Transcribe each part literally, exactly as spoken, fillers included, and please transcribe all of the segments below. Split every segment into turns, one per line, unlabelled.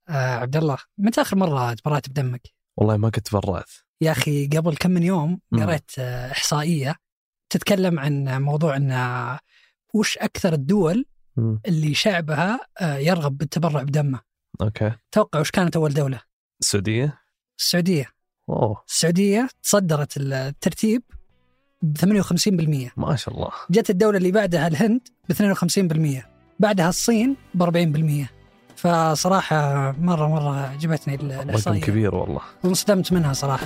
آه عبد الله، متى آخر مرة تبرأت بدمك؟
والله ما كنت برأت
يا أخي قبل كم من يوم قرأت آه إحصائية تتكلم عن موضوع أن آه وش أكثر الدول م. اللي شعبها آه يرغب بالتبرع بدمه.
أوكي.
توقع وش كانت أول دولة؟
السعودية.
السعودية.
أوه.
السعودية تصدرت الترتيب ب ثمانية وخمسين بالمئة.
ما شاء الله.
جت الدولة اللي بعدها الهند ب اثنين وخمسين بالمئة، بعدها الصين ب أربعين بالمئة. فصراحة مرة مرة عجبتني الإحصائية.
رقم كبير والله،
وانصدمت منها صراحة.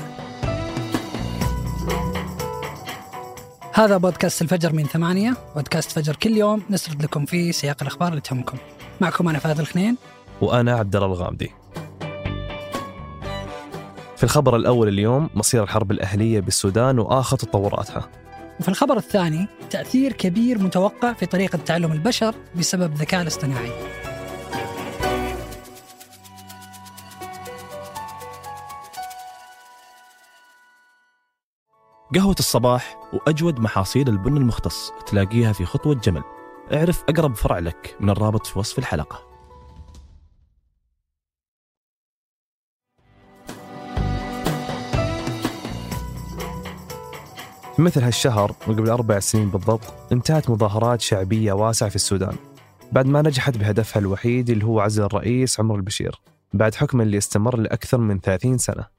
هذا بودكاست الفجر من ثمانية، بودكاست فجر كل يوم نسرد لكم فيه سياق الأخبار اللي تهمكم. معكم أنا فهد الخنين
وأنا عبد الله الغامدي. في الخبر الأول اليوم مصير الحرب الأهلية بالسودان وآخر تطوراتها.
وفي الخبر الثاني تأثير كبير متوقع في طريقة تعلم البشر بسبب الذكاء الاصطناعي.
قهوة الصباح وأجود محاصيل البن المختص تلاقيها في خطوة جمل. اعرف أقرب فرع لك من الرابط في وصف الحلقة.
مثل هالشهر وقبل أربع سنين بالضبط انتهت مظاهرات شعبية واسعة في السودان بعد ما نجحت بهدفها الوحيد اللي هو عزل الرئيس عمر البشير بعد حكمه اللي استمر لأكثر من ثلاثين سنة.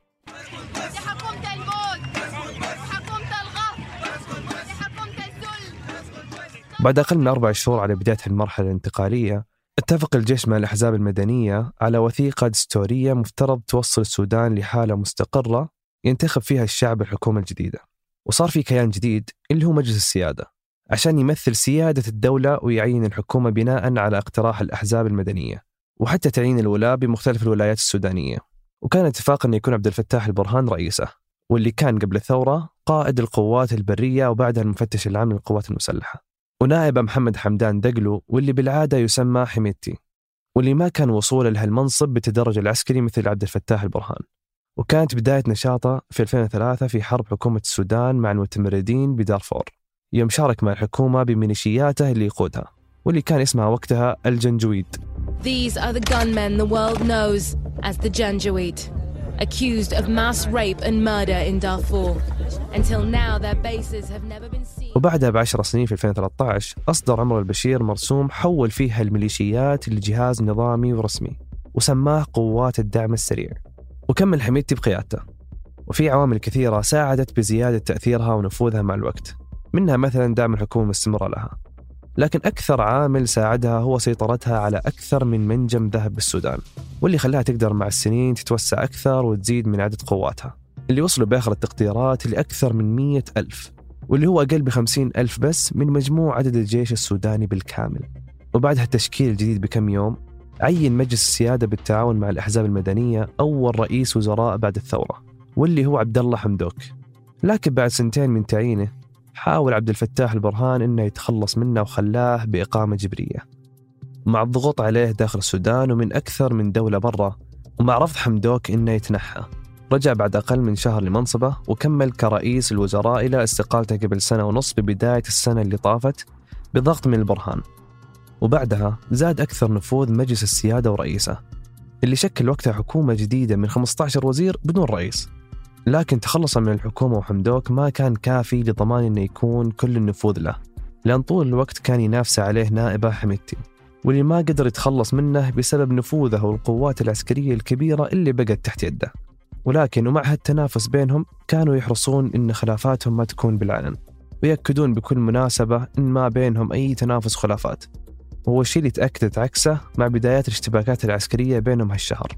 بعد أقل من أربع شهور على بداية المرحلة الانتقالية اتفق الجيش مع الأحزاب المدنية على وثيقة دستورية مفترض توصل السودان لحالة مستقرة ينتخب فيها الشعب الحكومة الجديدة، وصار في كيان جديد اللي هو مجلس السيادة عشان يمثل سيادة الدولة ويعين الحكومة بناء على اقتراح الأحزاب المدنية وحتى تعيين الولاة بمختلف الولايات السودانية. وكان اتفاق أن يكون عبد الفتاح البرهان رئيسه، واللي كان قبل الثورة قائد القوات البرية وبعدها المفتش العام للقوات المسلحة، ونائب محمد حمدان دقلو واللي بالعادة يسمى حميتي، واللي ما كان وصوله لهالمنصب بالتدرج العسكري مثل عبد الفتاح البرهان. وكانت بداية نشاطه في ألفين وثلاثة في حرب حكومة السودان مع المتمردين بدارفور، يوم شارك مع الحكومة بميليشياته اللي يقودها واللي كان اسمها وقتها الجنجويد.
These are the gunmen the world knows as the Janjaweed, accused of mass rape and murder in Darfur. Until now their bases have never been seen.
وبعدها بعشر سنين في ألفين وثلاثة عشر أصدر عمر البشير مرسوم حول فيها الميليشيات لجهاز نظامي ورسمي وسماه قوات الدعم السريع، وكمل حميدتي بقيادته. وفي عوامل كثيرة ساعدت بزيادة تأثيرها ونفوذها مع الوقت، منها مثلا دعم الحكومة المستمرة لها، لكن أكثر عامل ساعدها هو سيطرتها على أكثر من منجم ذهب بالسودان، واللي خلاها تقدر مع السنين تتوسع أكثر وتزيد من عدد قواتها اللي وصلوا بآخر التقديرات لأكثر من مية ألف، واللي هو أقل بخمسين ألف بس من مجموع عدد الجيش السوداني بالكامل. وبعدها التشكيل الجديد بكم يوم عين مجلس السيادة بالتعاون مع الأحزاب المدنية أول رئيس وزراء بعد الثورة، واللي هو عبد الله حمدوك. لكن بعد سنتين من تعيينه حاول عبد الفتاح البرهان إنه يتخلص منه وخلاه بإقامة جبرية مع الضغوط عليه داخل السودان ومن أكثر من دولة برا، ومع رفض حمدوك إنه يتنحى. رجع بعد أقل من شهر لمنصبه وكمل كرئيس الوزراء إلى استقالته قبل سنة ونص ببداية السنة اللي طافت بضغط من البرهان. وبعدها زاد أكثر نفوذ مجلس السيادة ورئيسه اللي شكل وقتها حكومة جديدة من خمسة عشر وزير بدون رئيس. لكن تخلصا من الحكومة وحمدوك ما كان كافي لضمان أنه يكون كل النفوذ له، لأن طول الوقت كان ينافس عليه نائبه حميدتي، واللي ما قدر يتخلص منه بسبب نفوذه والقوات العسكرية الكبيرة اللي بقت تحت يده. ولكن ومع هالتنافس بينهم كانوا يحرصون أن خلافاتهم ما تكون بالعلن، ويأكدون بكل مناسبة أن ما بينهم أي تنافس خلافات، وهو الشيء اللي تأكدت عكسه مع بدايات الاشتباكات العسكرية بينهم هالشهر.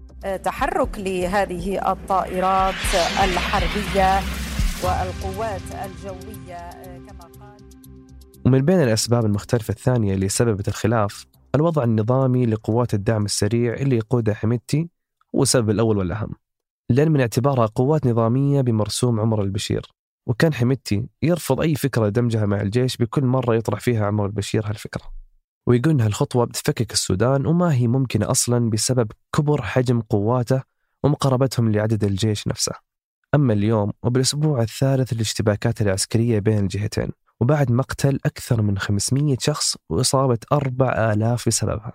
تحرك لهذه الطائرات الحربية والقوات الجوية كما قال.
ومن بين الأسباب المختلفة الثانية اللي سببت الخلاف الوضع النظامي لقوات الدعم السريع اللي يقودها حميدتي هو السبب الأول والأهم، لأن من اعتبارها قوات نظامية بمرسوم عمر البشير، وكان حميدتي يرفض أي فكرة دمجها مع الجيش بكل مرة يطرح فيها عمر البشير هالفكرة، ويقول إن هالخطوة بتفكك السودان وما هي ممكنة أصلاً بسبب كبر حجم قواته ومقاربتهم لعدد الجيش نفسه. أما اليوم وبالأسبوع الثالث للاشتباكات العسكرية بين الجهتين، وبعد مقتل أكثر من خمسمية شخص وإصابة أربع آلاف بسببها،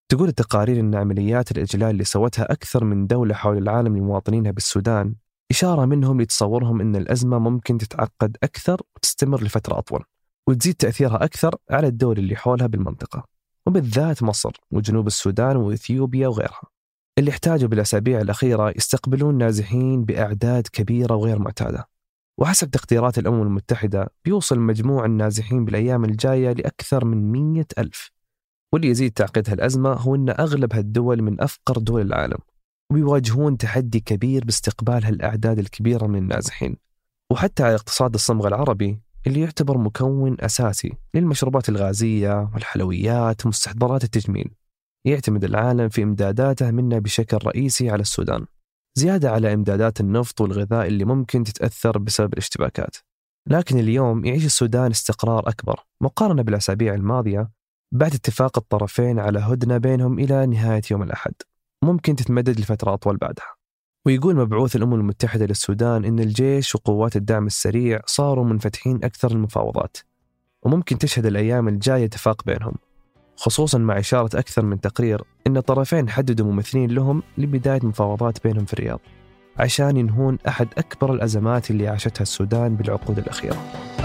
تقول التقارير أن عمليات الإجلال اللي سوتها أكثر من دولة حول العالم لمواطنينها بالسودان إشارة منهم لتصورهم أن الأزمة ممكن تتعقد أكثر وتستمر لفترة أطول، وتزيد تأثيرها أكثر على الدول اللي حولها بالمنطقة، وبالذات مصر وجنوب السودان وإثيوبيا وغيرها، اللي احتاجوا بالأسابيع الأخيرة يستقبلون نازحين بأعداد كبيرة وغير معتادة. وحسب تقديرات الأمم المتحدة بيوصل مجموع النازحين بالأيام الجاية لأكثر من مئة ألف. واللي يزيد تعقيد هالأزمة هو أن أغلب هالدول من أفقر دول العالم، وبيواجهون تحدي كبير باستقبال هالأعداد الكبيرة من النازحين. وحتى على اقتصاد الصمغ العربي اللي يعتبر مكون أساسي للمشروبات الغازية والحلويات ومستحضرات التجميل، يعتمد العالم في إمداداته منها بشكل رئيسي على السودان، زيادة على إمدادات النفط والغذاء اللي ممكن تتأثر بسبب الاشتباكات. لكن اليوم يعيش السودان استقرار أكبر مقارنة بالأسابيع الماضية بعد اتفاق الطرفين على هدنة بينهم إلى نهاية يوم الأحد، ممكن تتمدد لفترة أطول بعدها. ويقول مبعوث الأمم المتحدة للسودان إن الجيش وقوات الدعم السريع صاروا منفتحين أكثر للمفاوضات، وممكن تشهد الأيام الجاية اتفاق بينهم، خصوصا مع إشارة أكثر من تقرير إن الطرفين حددوا ممثلين لهم لبداية مفاوضات بينهم في الرياض عشان ينهون أحد أكبر الأزمات اللي عاشتها السودان بالعقود الأخيرة.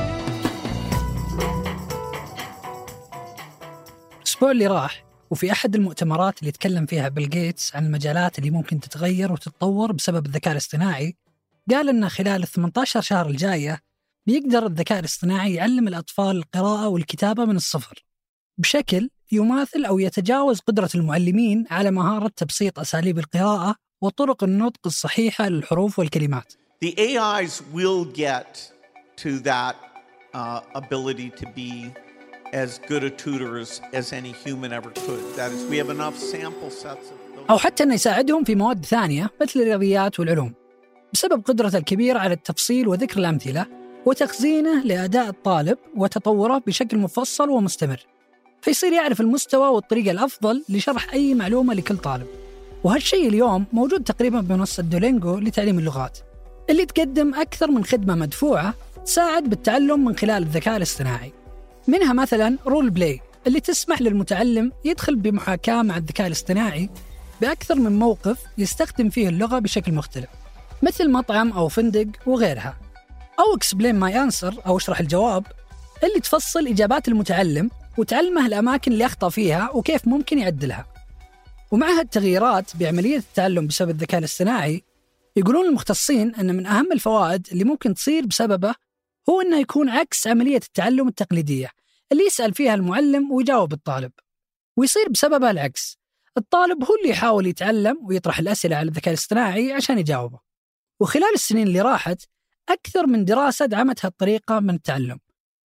الأسبوع اللي راح وفي أحد المؤتمرات اللي تكلم فيها بيل غيتس عن المجالات اللي ممكن تتغير وتتطور بسبب الذكاء الاصطناعي، قال إن خلال الثمانية عشر شهر الجاية بيقدر الذكاء الاصطناعي يعلم الأطفال القراءة والكتابة من الصفر بشكل يماثل أو يتجاوز قدرة المعلمين على مهارة تبسيط أساليب القراءة وطرق النطق الصحيحة للحروف والكلمات.
The A Is will get to that uh, ability to be as good a tutors as any human ever could. That is, we have enough sample sets of those.
أو حتى أن يساعدهم في مواد ثانية مثل الرياضيات والعلوم بسبب قدرته الكبيرة على التفصيل وذكر الأمثلة وتخزينه لأداء الطالب وتطوره بشكل مفصل ومستمر، فيصير يعرف المستوى والطريقة الأفضل لشرح أي معلومة لكل طالب. وهالشيء اليوم موجود تقريبا بمنصة دولينجو لتعليم اللغات، اللي تقدم أكثر من خدمة مدفوعة تساعد بالتعلم من خلال الذكاء الاصطناعي. منها مثلا رول بلاي اللي تسمح للمتعلم يدخل بمحاكاة مع الذكاء الاصطناعي بأكثر من موقف يستخدم فيه اللغة بشكل مختلف، مثل مطعم أو فندق وغيرها. أو Explain My Answer أو اشرح الجواب اللي تفصل إجابات المتعلم وتعلمه الأماكن اللي أخطأ فيها وكيف ممكن يعدلها. ومع هالتغييرات بعملية التعلم بسبب الذكاء الاصطناعي، يقولون المختصين أن من أهم الفوائد اللي ممكن تصير بسببه هو أنه يكون عكس عملية التعلم التقليدية اللي يسأل فيها المعلم ويجاوب الطالب، ويصير بسببها العكس، الطالب هو اللي يحاول يتعلم ويطرح الأسئلة على الذكاء الاصطناعي عشان يجاوبه. وخلال السنين اللي راحت أكثر من دراسة دعمت هالطريقة من التعلم،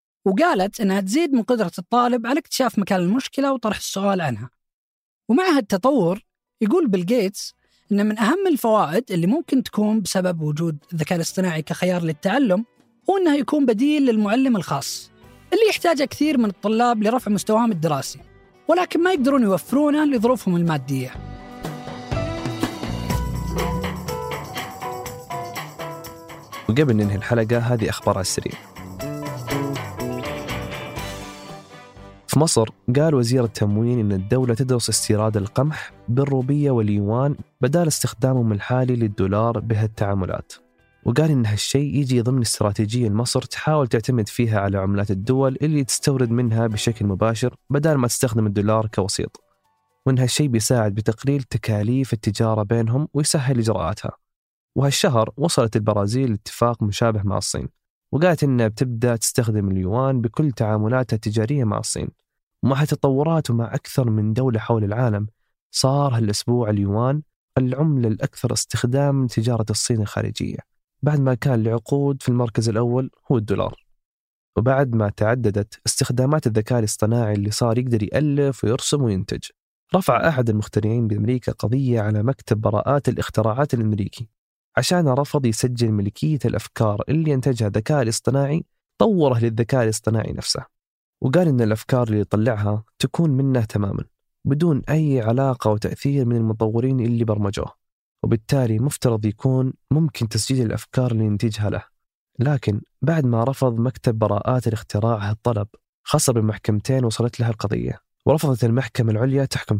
وقالت أنها تزيد من قدرة الطالب على اكتشاف مكان المشكلة وطرح السؤال عنها. ومع هالتطور يقول بيل غيتس أن من أهم الفوائد اللي ممكن تكون بسبب وجود الذكاء الاصطناعي كخيار للتعلم هو أنه يكون بديل للمعلم الخاص اللي يحتاجه كثير من الطلاب لرفع مستواهم الدراسي، ولكن ما يقدرون يوفرونه لظروفهم المادية.
وقبل ننهي الحلقة هذه أخبار على السريع. في مصر قال وزير التموين إن الدولة تدرس استيراد القمح بالروبية واليوان بدال استخدامهم الحالي للدولار بهالتعاملات، وقال إن هالشيء يجي ضمن استراتيجية مصر تحاول تعتمد فيها على عملات الدول اللي تستورد منها بشكل مباشر بدال ما تستخدم الدولار كوسيط، وإن هالشيء بيساعد بتقليل تكاليف التجارة بينهم ويسهل إجراءاتها. وهالشهر وصلت البرازيل لاتفاق مشابه مع الصين، وقالت إنها بتبدأ تستخدم اليوان بكل تعاملاتها التجارية مع الصين. ومع تطورات ومع أكثر من دولة حول العالم صار هالأسبوع اليوان العملة الأكثر استخدام لتجارة الصين الخارجية، بعد ما كان لعقود في المركز الأول هو الدولار. وبعد ما تعددت استخدامات الذكاء الاصطناعي اللي صار يقدر يألف ويرسم وينتج، رفع أحد المخترعين بأمريكا قضية على مكتب براءات الاختراعات الأمريكي عشان رفض يسجل ملكية الأفكار اللي ينتجها الذكاء الاصطناعي، طوره للذكاء الاصطناعي نفسه، وقال إن الأفكار اللي يطلعها تكون منه تماما بدون أي علاقة وتأثير من المطورين اللي برمجوه، وبالتالي مفترض يكون ممكن تسجيل الأفكار اللي ينتجها له. لكن بعد ما رفض مكتب براءات الاختراع هالطلب، خسر المحكمتين وصلت لها القضية، ورفضت المحكمة العليا تحكم فيها،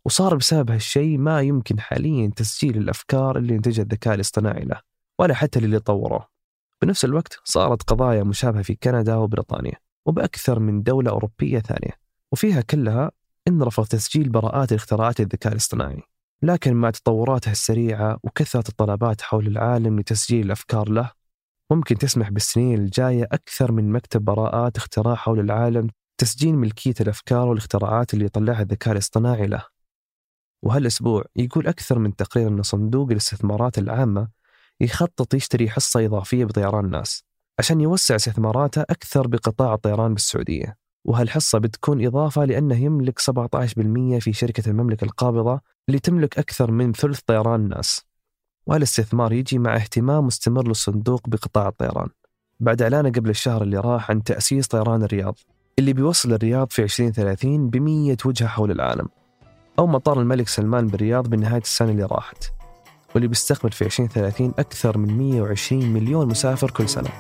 وصار بسبب هالشيء ما يمكن حاليا تسجيل الأفكار اللي ينتجها الذكاء الاصطناعي له ولا حتى اللي طوره. بنفس الوقت صارت قضايا مشابهة في كندا وبريطانيا وبأكثر من دولة أوروبية ثانية، وفيها كلها إن رفض تسجيل براءات الاختراعات الذكاء الاصطناعي. لكن مع تطوراتها السريعة وكثرة الطلبات حول العالم لتسجيل الأفكار له، ممكن تسمح بالسنين الجاية أكثر من مكتب براءات اختراع حول العالم تسجيل ملكية الأفكار والاختراعات اللي يطلعها الذكاء الاصطناعي له. وهالأسبوع يقول أكثر من تقرير أن صندوق الاستثمارات العامة يخطط يشتري حصة إضافية بطيران ناس عشان يوسع استثماراته أكثر بقطاع الطيران بالسعودية، وهالحصة بتكون إضافة لأنه يملك سبعة عشر بالمئة في شركة المملكة القابضة اللي تملك أكثر من ثلث طيران ناس. وهالاستثمار يجي مع اهتمام مستمر للصندوق بقطاع الطيران بعد إعلانه قبل الشهر اللي راح عن تأسيس طيران الرياض اللي بيوصل الرياض في عشرين ثلاثين بمية وجهة حول العالم، أو مطار الملك سلمان بالرياض بنهاية السنة اللي راحت، واللي بيستقبل في عشرين ثلاثين أكثر من مئة وعشرين مليون مسافر كل سنة.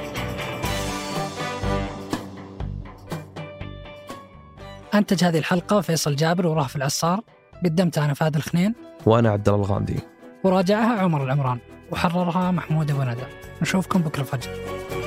أنتج هذه الحلقة فيصل جابر ورهف العصار، قدمتها أنا فهد الخنين
وأنا عبد الله الغامدي،
وراجعها عمر العمران، وحررها محمود أبو ندى. نشوفكم بكرة الفجر.